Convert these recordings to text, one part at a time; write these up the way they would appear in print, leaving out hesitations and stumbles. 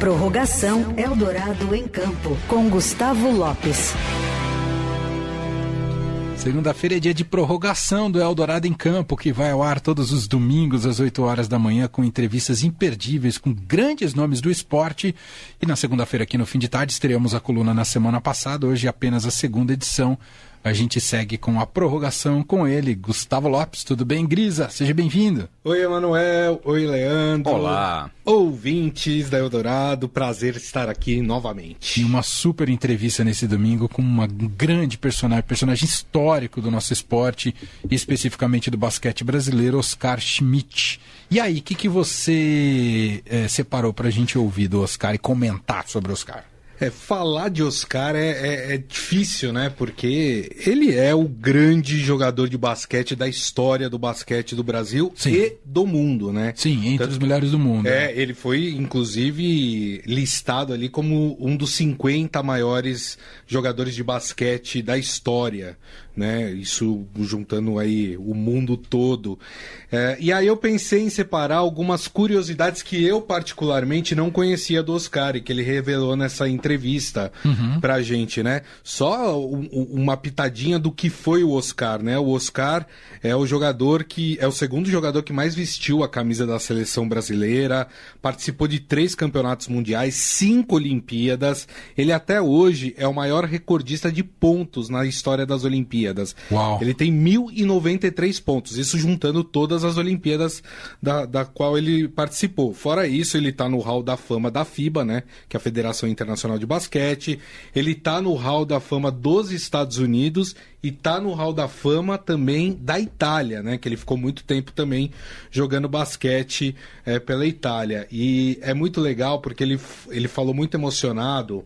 Prorrogação Eldorado em Campo, com Gustavo Lopes. Segunda-feira é dia de prorrogação do Eldorado em Campo, que vai ao ar todos os domingos às 8 horas da manhã, com entrevistas imperdíveis com grandes nomes do esporte. E na segunda-feira, aqui no fim de tarde, estreamos a coluna na semana passada, hoje apenas a segunda edição. A gente segue com a prorrogação com ele, Gustavo Lopes. Tudo bem, Grisa? Seja bem-vindo. Oi, Emanuel. Oi, Leandro. Olá. Ouvintes da Eldorado, prazer estar aqui novamente. E uma super entrevista nesse domingo com uma grande personagem histórico do nosso esporte, e especificamente do basquete brasileiro, Oscar Schmidt. E aí, o que você separou pra gente ouvir do Oscar e comentar sobre o Oscar? Falar de Oscar é difícil, né? Porque ele é o grande jogador de basquete da história do basquete do Brasil. Sim. E do mundo, né? Sim, entre os melhores do mundo. Ele foi, inclusive, listado ali como um dos 50 maiores jogadores de basquete da história, né? Isso juntando aí o mundo todo. E aí eu pensei em separar algumas curiosidades que eu particularmente não conhecia do Oscar e que ele revelou nessa entrevista pra gente, né? Só uma pitadinha do que foi o Oscar, né? O Oscar é o jogador que é o segundo jogador que mais vestiu a camisa da seleção brasileira, participou de 3 campeonatos mundiais, 5 Olimpíadas. Ele até hoje é o maior recordista de pontos na história das Olimpíadas. Uau. Ele tem 1.093 pontos, isso juntando todas as Olimpíadas da qual ele participou. Fora isso, ele tá no Hall da Fama da FIBA, né? Que é a Federação Internacional de Basquete. Ele tá no Hall da Fama dos Estados Unidos e tá no Hall da Fama também da Itália, né? Que ele ficou muito tempo também jogando basquete pela Itália. E é muito legal porque ele falou muito emocionado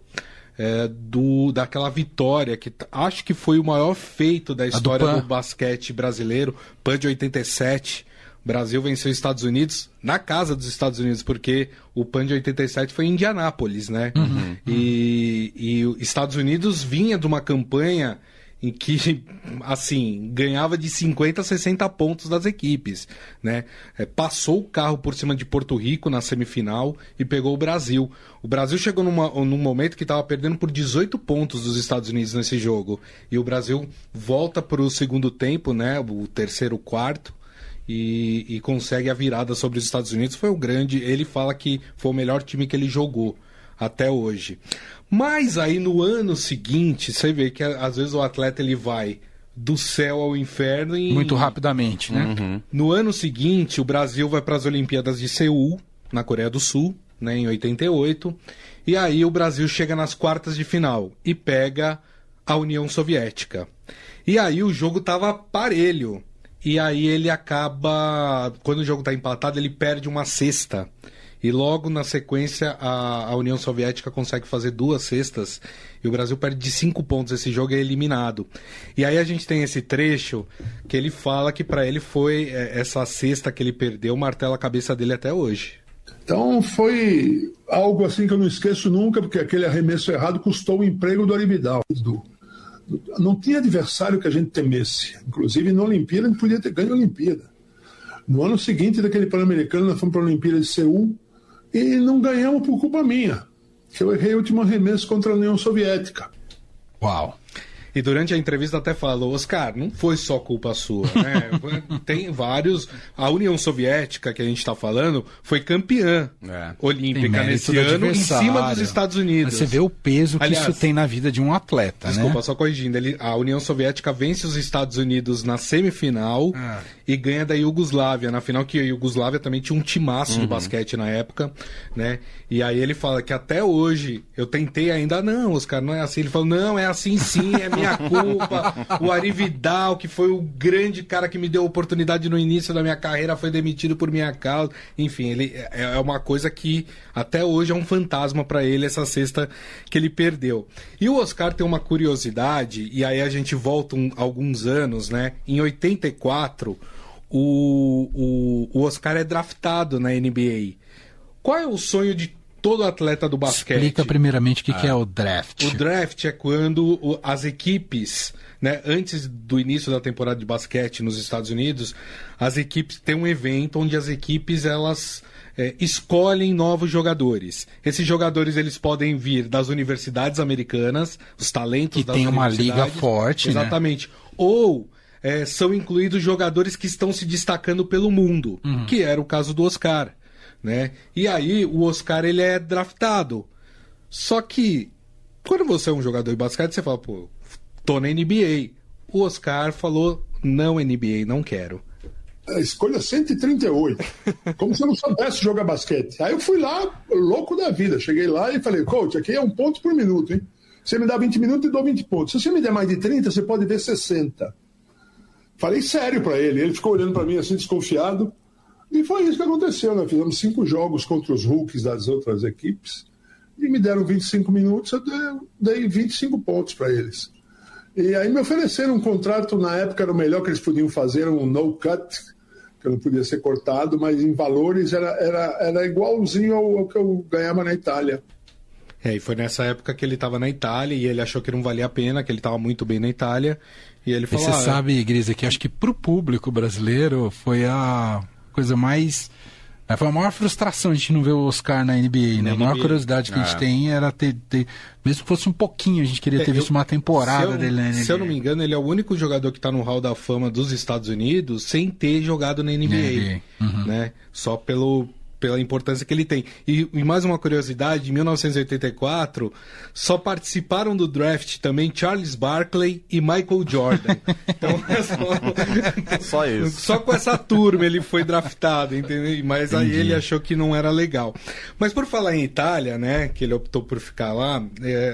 daquela vitória que acho que foi o maior feito da história do basquete brasileiro, PAN de 87. O Brasil venceu os Estados Unidos na casa dos Estados Unidos, porque o PAN de 87 foi em Indianápolis, né? E os Estados Unidos vinha de uma campanha em que, assim, ganhava de 50 a 60 pontos das equipes, né? Passou o carro por cima de Porto Rico na semifinal e pegou o Brasil. O Brasil chegou num momento que estava perdendo por 18 pontos dos Estados Unidos nesse jogo. E o Brasil volta para o segundo tempo, né? O terceiro, quarto. E consegue a virada sobre os Estados Unidos. Foi o grande... Ele fala que foi o melhor time que ele jogou até hoje. Mas aí no ano seguinte, você vê que às vezes o atleta ele vai do céu ao inferno muito rapidamente, né? No ano seguinte, o Brasil vai para as Olimpíadas de Seul, na Coreia do Sul, né, em 88. E aí o Brasil chega nas quartas de final e pega a União Soviética. E aí o jogo tava parelho. E aí ele acaba... Quando o jogo está empatado, ele perde uma cesta. E logo na sequência, a União Soviética consegue fazer 2 cestas. E o Brasil perde de 5 pontos. Esse jogo é eliminado. E aí a gente tem esse trecho que ele fala que para ele foi essa cesta que ele perdeu, martela a cabeça dele até hoje. Então foi algo assim que eu não esqueço nunca, porque aquele arremesso errado custou o emprego do Arividal. Não tinha adversário que a gente temesse. Inclusive, na Olimpíada, a gente podia ter ganho a Olimpíada. No ano seguinte daquele Pan-Americano, nós fomos para a Olimpíada de Seul e não ganhamos por culpa minha, que eu errei o último arremesso contra a União Soviética. Uau! E durante a entrevista até falou, Oscar, não foi só culpa sua, né? Tem vários... A União Soviética, que a gente está falando, foi campeã olímpica nesse ano, em cima dos Estados Unidos. Mas você vê o peso que isso tem na vida de um atleta, desculpa, só corrigindo. A União Soviética vence os Estados Unidos na semifinal e ganha da Iugoslávia, na final, que a Iugoslávia também tinha um timaço de basquete na época, né? E aí ele fala que até hoje, eu tentei ainda, não, Oscar, não é assim. Ele falou, não, é assim sim, é minha culpa. O Arividal, que foi o grande cara que me deu oportunidade no início da minha carreira, foi demitido por minha causa. Enfim, ele é uma coisa que até hoje é um fantasma para ele, essa cesta que ele perdeu. E o Oscar tem uma curiosidade, e aí a gente volta alguns anos, né? Em 84, o Oscar é draftado na NBA. Qual é o sonho de todo atleta do basquete? Explica primeiramente o que é o draft. O draft é quando as equipes, né, antes do início da temporada de basquete nos Estados Unidos, as equipes têm um evento onde as equipes elas escolhem novos jogadores. Esses jogadores eles podem vir das universidades americanas, os talentos que das tem uma universidades. liga forte, exatamente. Né? Ou são incluídos jogadores que estão se destacando pelo mundo, que era o caso do Oscar. Né? E aí o Oscar ele é draftado. Só que quando você é um jogador de basquete, você fala, pô, tô na NBA. O Oscar falou, não NBA, não quero. A escolha 138. Como se eu não soubesse jogar basquete. Aí eu fui lá, louco da vida. Cheguei lá e falei, coach, aqui é 1 ponto por minuto, hein? Você me dá 20 minutos e dou 20 pontos. Se você me der mais de 30, você pode ver 60. Falei sério pra ele. Ele ficou olhando pra mim assim, desconfiado. E foi isso que aconteceu, né? Fizemos 5 jogos contra os rookies das outras equipes. E me deram 25 minutos, eu dei 25 pontos pra eles. E aí me ofereceram um contrato, na época era o melhor que eles podiam fazer, um no-cut, que não podia ser cortado, mas em valores era igualzinho ao que eu ganhava na Itália. E foi nessa época que ele estava na Itália e ele achou que não valia a pena, que ele estava muito bem na Itália. E ele falou... E você sabe, Grisa, que acho que pro público brasileiro foi a coisa mais... Foi a maior frustração a gente não ver o Oscar na NBA, né? A maior curiosidade que a gente tem era ter... Mesmo que fosse um pouquinho, a gente queria ter visto uma temporada dele na NBA. Se eu não me engano, ele é o único jogador que está no Hall da Fama dos Estados Unidos sem ter jogado na NBA. Né? Só pela importância que ele tem. E mais uma curiosidade, em 1984, só participaram do draft também Charles Barkley e Michael Jordan. Então, só isso. Só com essa turma ele foi draftado, entendeu? Mas aí ele achou que não era legal. Mas por falar em Itália, né, que ele optou por ficar lá,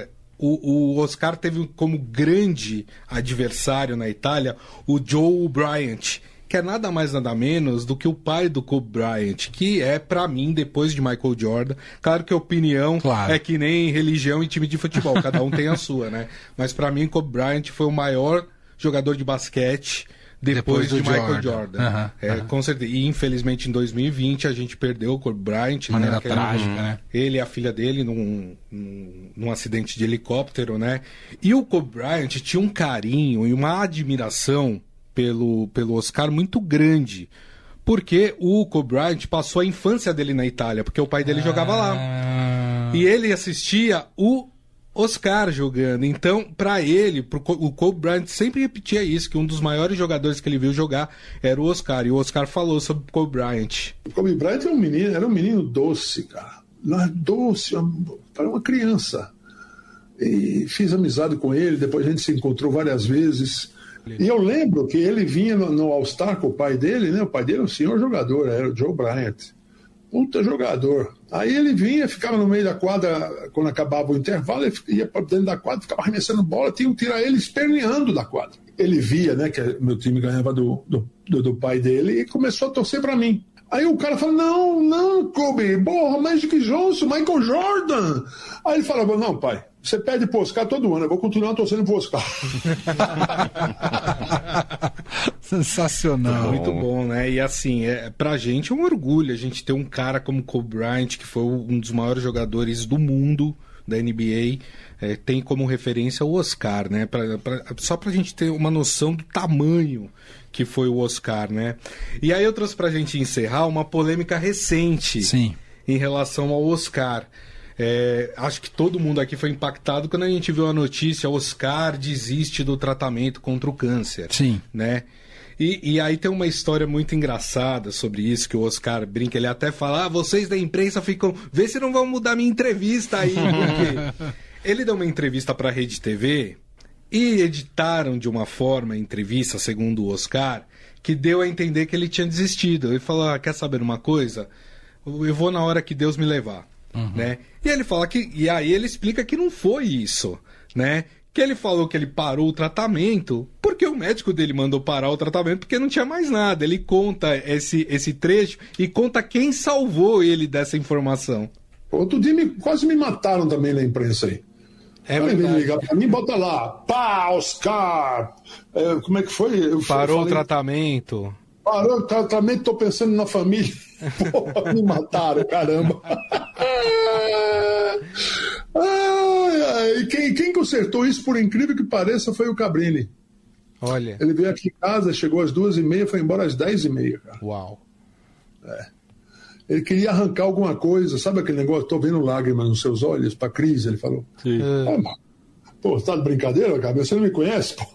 o Oscar teve como grande adversário na Itália o Joe Bryant, que é nada mais nada menos do que o pai do Kobe Bryant, que é, pra mim, depois de Michael Jordan, claro que a opinião é que nem religião e time de futebol, cada um tem a sua, né? Mas pra mim, Kobe Bryant foi o maior jogador de basquete depois de Michael Jordan. Com certeza. E infelizmente em 2020 a gente perdeu o Kobe Bryant. De maneira trágica, né? Ele e a filha dele num acidente de helicóptero, né? E o Kobe Bryant tinha um carinho e uma admiração pelo Oscar muito grande, porque o Kobe Bryant passou a infância dele na Itália, porque o pai dele jogava lá. E ele assistia o Oscar jogando. Então, para ele, o Kobe Bryant sempre repetia isso, que um dos maiores jogadores que ele viu jogar era o Oscar. E o Oscar falou sobre o Kobe Bryant. O Kobe Bryant era um menino doce, cara. Doce, para uma criança. E fiz amizade com ele, depois a gente se encontrou várias vezes. E eu lembro que ele vinha no All-Star com o pai dele, né? O pai dele era um senhor jogador, era o Joe Bryant. Puta jogador. Aí ele vinha, ficava no meio da quadra, quando acabava o intervalo, ele ia para dentro da quadra, ficava arremessando bola, tinha que tirar ele esperneando da quadra. Ele via, né, que meu time ganhava do pai dele e começou a torcer para mim. Aí o cara fala, não, Kobe, porra, Magic Johnson, Michael Jordan. Aí ele falava, não, pai, você pede pro Oscar todo ano, eu vou continuar torcendo pro Oscar. Sensacional. Muito bom, né? E assim, pra gente é um orgulho a gente ter um cara como Kobe Bryant, que foi um dos maiores jogadores do mundo da NBA, tem como referência o Oscar, né? Só pra gente ter uma noção do tamanho que foi o Oscar, né? E aí eu trouxe pra gente encerrar uma polêmica recente em relação ao Oscar. Acho que todo mundo aqui foi impactado quando a gente viu a notícia: Oscar desiste do tratamento contra o câncer. Né? E aí tem uma história muito engraçada sobre isso, que o Oscar brinca, ele até fala, vocês da imprensa ficam, vê se não vão mudar minha entrevista aí, porque ele deu uma entrevista para a Rede TV e editaram de uma forma a entrevista, segundo o Oscar, que deu a entender que ele tinha desistido. Ele falou, quer saber uma coisa? Eu vou na hora que Deus me levar. Né? E ele fala e aí ele explica que não foi isso, né? Que ele falou que ele parou o tratamento porque o médico dele mandou parar o tratamento porque não tinha mais nada. Ele conta esse trecho e conta quem salvou ele dessa informação. Outro dia quase me mataram também na imprensa aí. Ligar pra mim, bota lá, pá, Oscar, como é que foi? Parou o tratamento. Parou o tratamento, tô pensando na família. Porra, me mataram, caramba. Quem consertou isso, por incrível que pareça, foi o Cabrini. Olha. Ele veio aqui em casa, chegou às 2h30, foi embora às 10h30, cara. Uau. Ele queria arrancar alguma coisa, sabe aquele negócio? Estou vendo lágrimas nos seus olhos, para Cris, ele falou. Sim. Pô, você tá de brincadeira, cara? Você não me conhece, pô?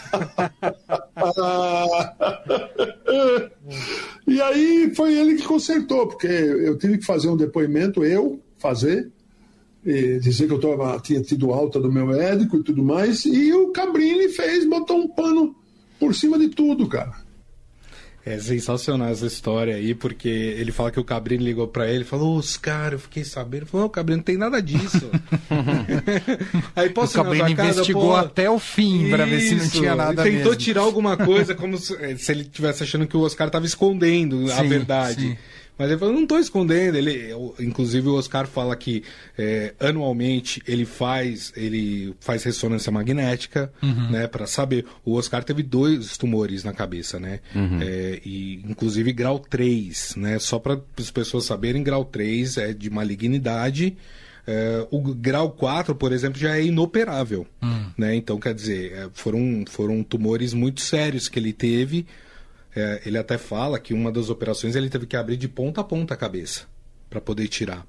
E aí foi ele que consertou, porque eu tive que fazer um depoimento, e dizer que eu tinha tido alta do meu médico e tudo mais, e o Cabrini botou um pano por cima de tudo, cara. É sensacional essa história aí, porque ele fala que o Cabrini ligou pra ele e falou, Oscar, eu fiquei sabendo. Ele falou, não, Cabrini, não tem nada disso. Aí, o Cabrini investigou até o fim pra ver se não tinha nada mesmo. Tentou tirar alguma coisa, como se ele estivesse achando que o Oscar estava escondendo a verdade. Sim. Mas ele falou, não estou escondendo. Inclusive o Oscar fala que anualmente ele faz ressonância magnética, né, para saber. O Oscar teve 2 tumores na cabeça, né? E inclusive grau 3, né? Só para as pessoas saberem, grau 3 é de malignidade. O grau 4, por exemplo, já é inoperável, né? Então, quer dizer, foram tumores muito sérios que ele teve. Ele até fala que uma das operações ele teve que abrir de ponta a ponta a cabeça para poder tirar.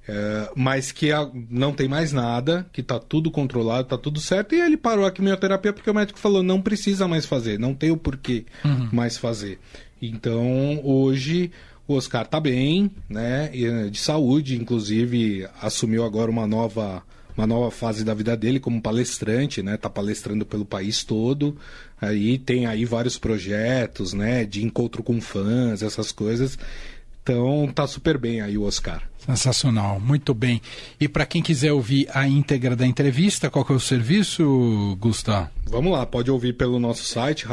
Mas que não tem mais nada, que está tudo controlado, está tudo certo. E ele parou a quimioterapia porque o médico falou, não precisa mais fazer, não tem o porquê mais fazer. Então, hoje, o Oscar está bem, né, de saúde, inclusive assumiu agora uma nova fase da vida dele como palestrante, né? Tá palestrando pelo país todo. Aí tem aí vários projetos, né? De encontro com fãs, essas coisas. Então tá super bem aí o Oscar. Sensacional, muito bem. E para quem quiser ouvir a íntegra da entrevista, qual que é o serviço, Gustavo? Vamos lá, pode ouvir pelo nosso site,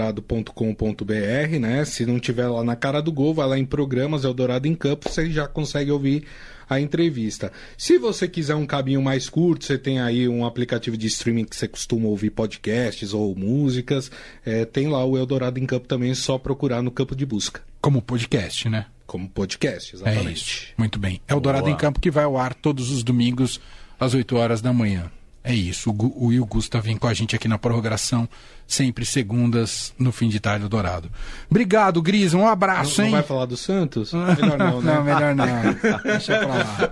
radioeldorado.com.br, né? Se não tiver lá na cara do gol, vai lá em Programas Eldorado em Campo, você já consegue ouvir a entrevista. Se você quiser um caminho mais curto, você tem aí um aplicativo de streaming que você costuma ouvir podcasts ou músicas, tem lá o Eldorado em Campo também, é só procurar no campo de busca. Como podcast, né? Como podcast, exatamente. É isso. Muito bem. Eldorado em Campo, que vai ao ar todos os domingos às 8 horas da manhã. É isso. O Will Gusta vem com a gente aqui na prorrogação, sempre segundas, no fim de tarde Eldorado. Obrigado, Gris. Um abraço, hein? Não vai falar do Santos? Melhor não, né? Não, melhor não. Deixa pra lá.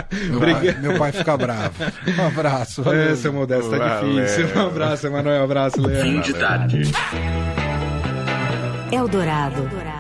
Meu pai fica bravo. Um abraço. Essa modéstia tá difícil. Um abraço, Emanuel. Um abraço, Leandro. Fim de tarde. Eldorado.